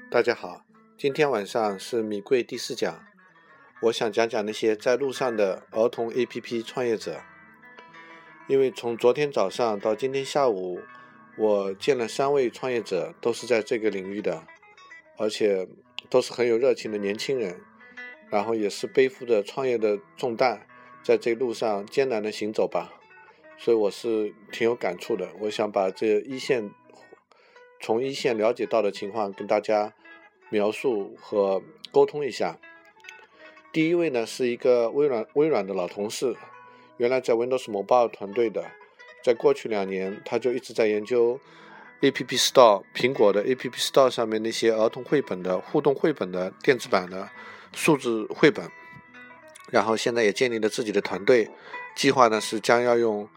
大家好，今天晚上是米贵第4讲，我想讲讲那些在路上的儿童 APP 创业者。因为从昨天早上到今天下午，我见了3位创业者，都是在这个领域的，而且都是很有热情的年轻人，然后也是背负着创业的重担，在这路上艰难的行走吧。所以我是挺有感触的，我想把从一线了解到的情况跟大家描述和沟通一下。第一位呢是一个微软的老同事，原来在 Windows Mobile 团队的，在过去2年他就一直在研究 App Store 苹果的 App Store 上面那些儿童绘本的互动绘本的电子版的数字绘本，然后现在也建立了自己的团队，计划呢是将要用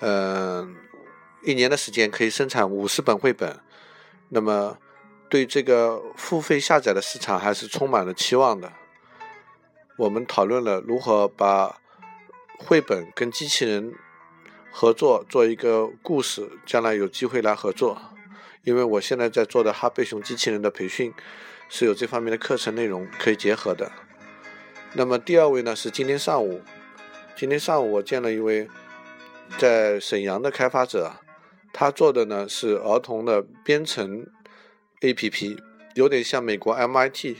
1年的时间可以生产50本绘本。那么对这个付费下载的市场还是充满了期望的。我们讨论了如何把绘本跟机器人合作，做一个故事，将来有机会来合作。因为我现在在做的哈贝熊机器人的培训是有这方面的课程内容可以结合的。那么第2位呢是今天上午我见了一位在沈阳的开发者，他做的呢是儿童的编程 APP， 有点像美国 MIT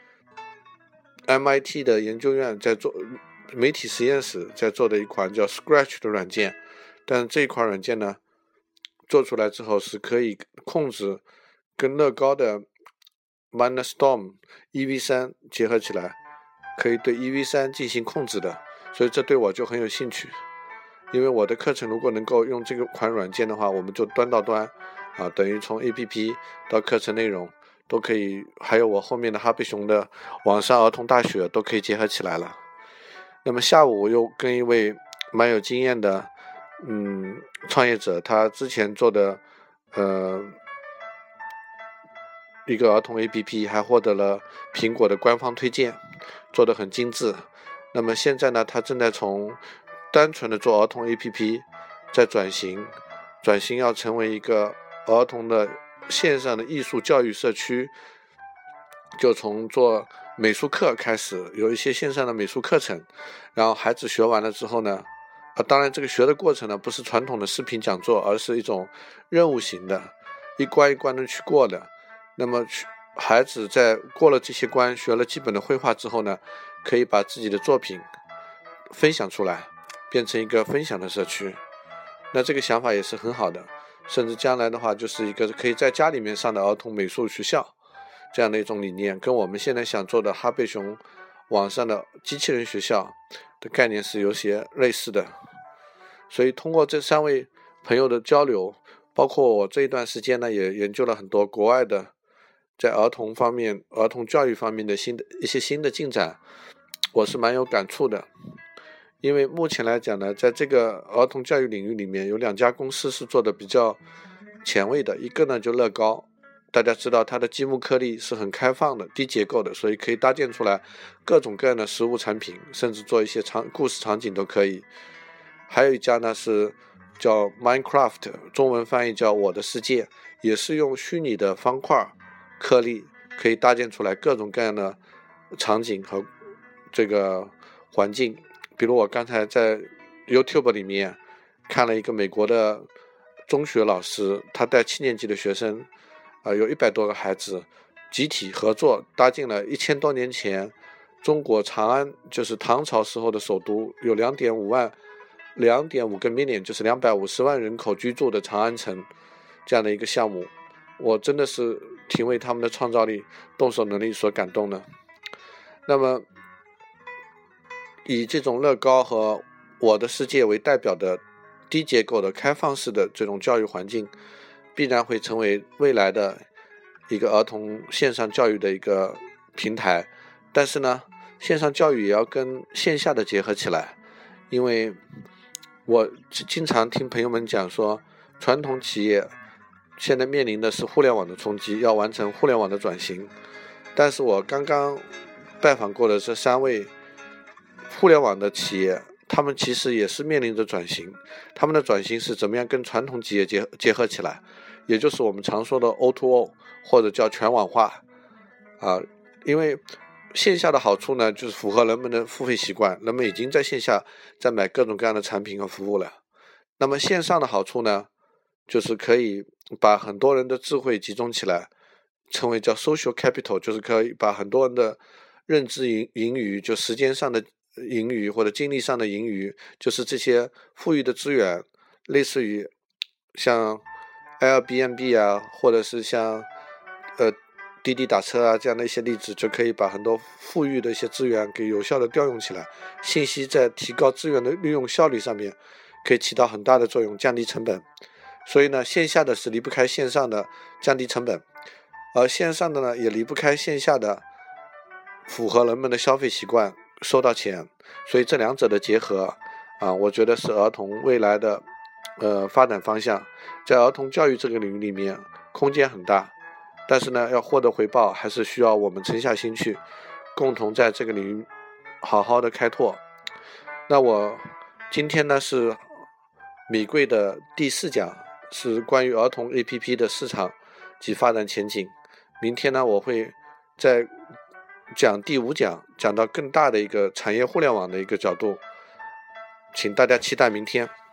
的研究院在做媒体实验室在做的一款叫 Scratch 的软件。但是这一款软件呢做出来之后是可以控制跟乐高的 Mindstorm EV3 结合起来，可以对 EV3 进行控制的，所以这对我就很有兴趣。因为我的课程如果能够用这款软件的话，我们就端到端等于从 APP 到课程内容都可以，还有我后面的哈贝熊的网上儿童大学都可以结合起来了。那么下午我又跟一位蛮有经验的创业者，他之前做的一个儿童 APP 还获得了苹果的官方推荐，做得很精致。那么现在呢，他正在从单纯的做儿童 APP 在转型要成为一个儿童的线上的艺术教育社区，就从做美术课开始，有一些线上的美术课程，然后孩子学完了之后呢，当然这个学的过程呢不是传统的视频讲座，而是一种任务型的，一关一关的去过的。那么孩子在过了这些关，学了基本的绘画之后呢，可以把自己的作品分享出来，变成一个分享的社区。那这个想法也是很好的，甚至将来的话就是一个可以在家里面上的儿童美术学校，这样的一种理念，跟我们现在想做的哈贝熊网上的机器人学校的概念是有些类似的。所以通过这3位朋友的交流，包括我这一段时间呢也研究了很多国外的在儿童教育方面的一些新的进展，我是蛮有感触的。因为目前来讲呢，在这个儿童教育领域里面有2家公司是做的比较前卫的，一个呢就乐高，大家知道它的积木颗粒是很开放的低结构的，所以可以搭建出来各种各样的实物产品，甚至做一些故事场景都可以。还有一家呢是叫 Minecraft， 中文翻译叫我的世界，也是用虚拟的方块颗粒可以搭建出来各种各样的场景和这个环境。比如我刚才在 YouTube 里面看了一个美国的中学老师，他带7年级的学生有100多个孩子集体合作搭建了1000多年前中国长安，就是唐朝时候的首都，有2.5个 million， 就是250万人口居住的长安城，这样的一个项目，我真的是挺为他们的创造力动手能力所感动的。那么以这种乐高和我的世界为代表的低结构的开放式的这种教育环境，必然会成为未来的一个儿童线上教育的一个平台。但是呢，线上教育也要跟线下的结合起来。因为我经常听朋友们讲说，传统企业现在面临的是互联网的冲击，要完成互联网的转型。但是我刚刚拜访过的这3位互联网的企业，他们其实也是面临着转型，他们的转型是怎么样跟传统企业结合起来，也就是我们常说的 O2O 或者叫全网化。 因为线下的好处呢，就是符合人们的付费习惯，人们已经在线下在买各种各样的产品和服务了。那么线上的好处呢，就是可以把很多人的智慧集中起来，称为叫 social capital， 就是可以把很多人的认知盈余，就时间上的盈余或者精力上的盈余，就是这些富裕的资源，类似于像 Airbnb 啊，或者是像滴滴打车啊这样的一些例子，就可以把很多富裕的一些资源给有效的调用起来。信息在提高资源的利用效率上面可以起到很大的作用，降低成本。所以呢，线下的是离不开线上的降低成本，而线上的呢也离不开线下的符合人们的消费习惯，收到钱。所以这两者的结合我觉得是儿童未来的发展方向。在儿童教育这个领域里面空间很大，但是呢要获得回报还是需要我们沉下心去，共同在这个领域好好的开拓。那我今天呢是米贵的第4讲，是关于儿童 APP 的市场及发展前景。明天呢我会再讲第5讲，讲到更大的一个产业互联网的一个角度，请大家期待明天。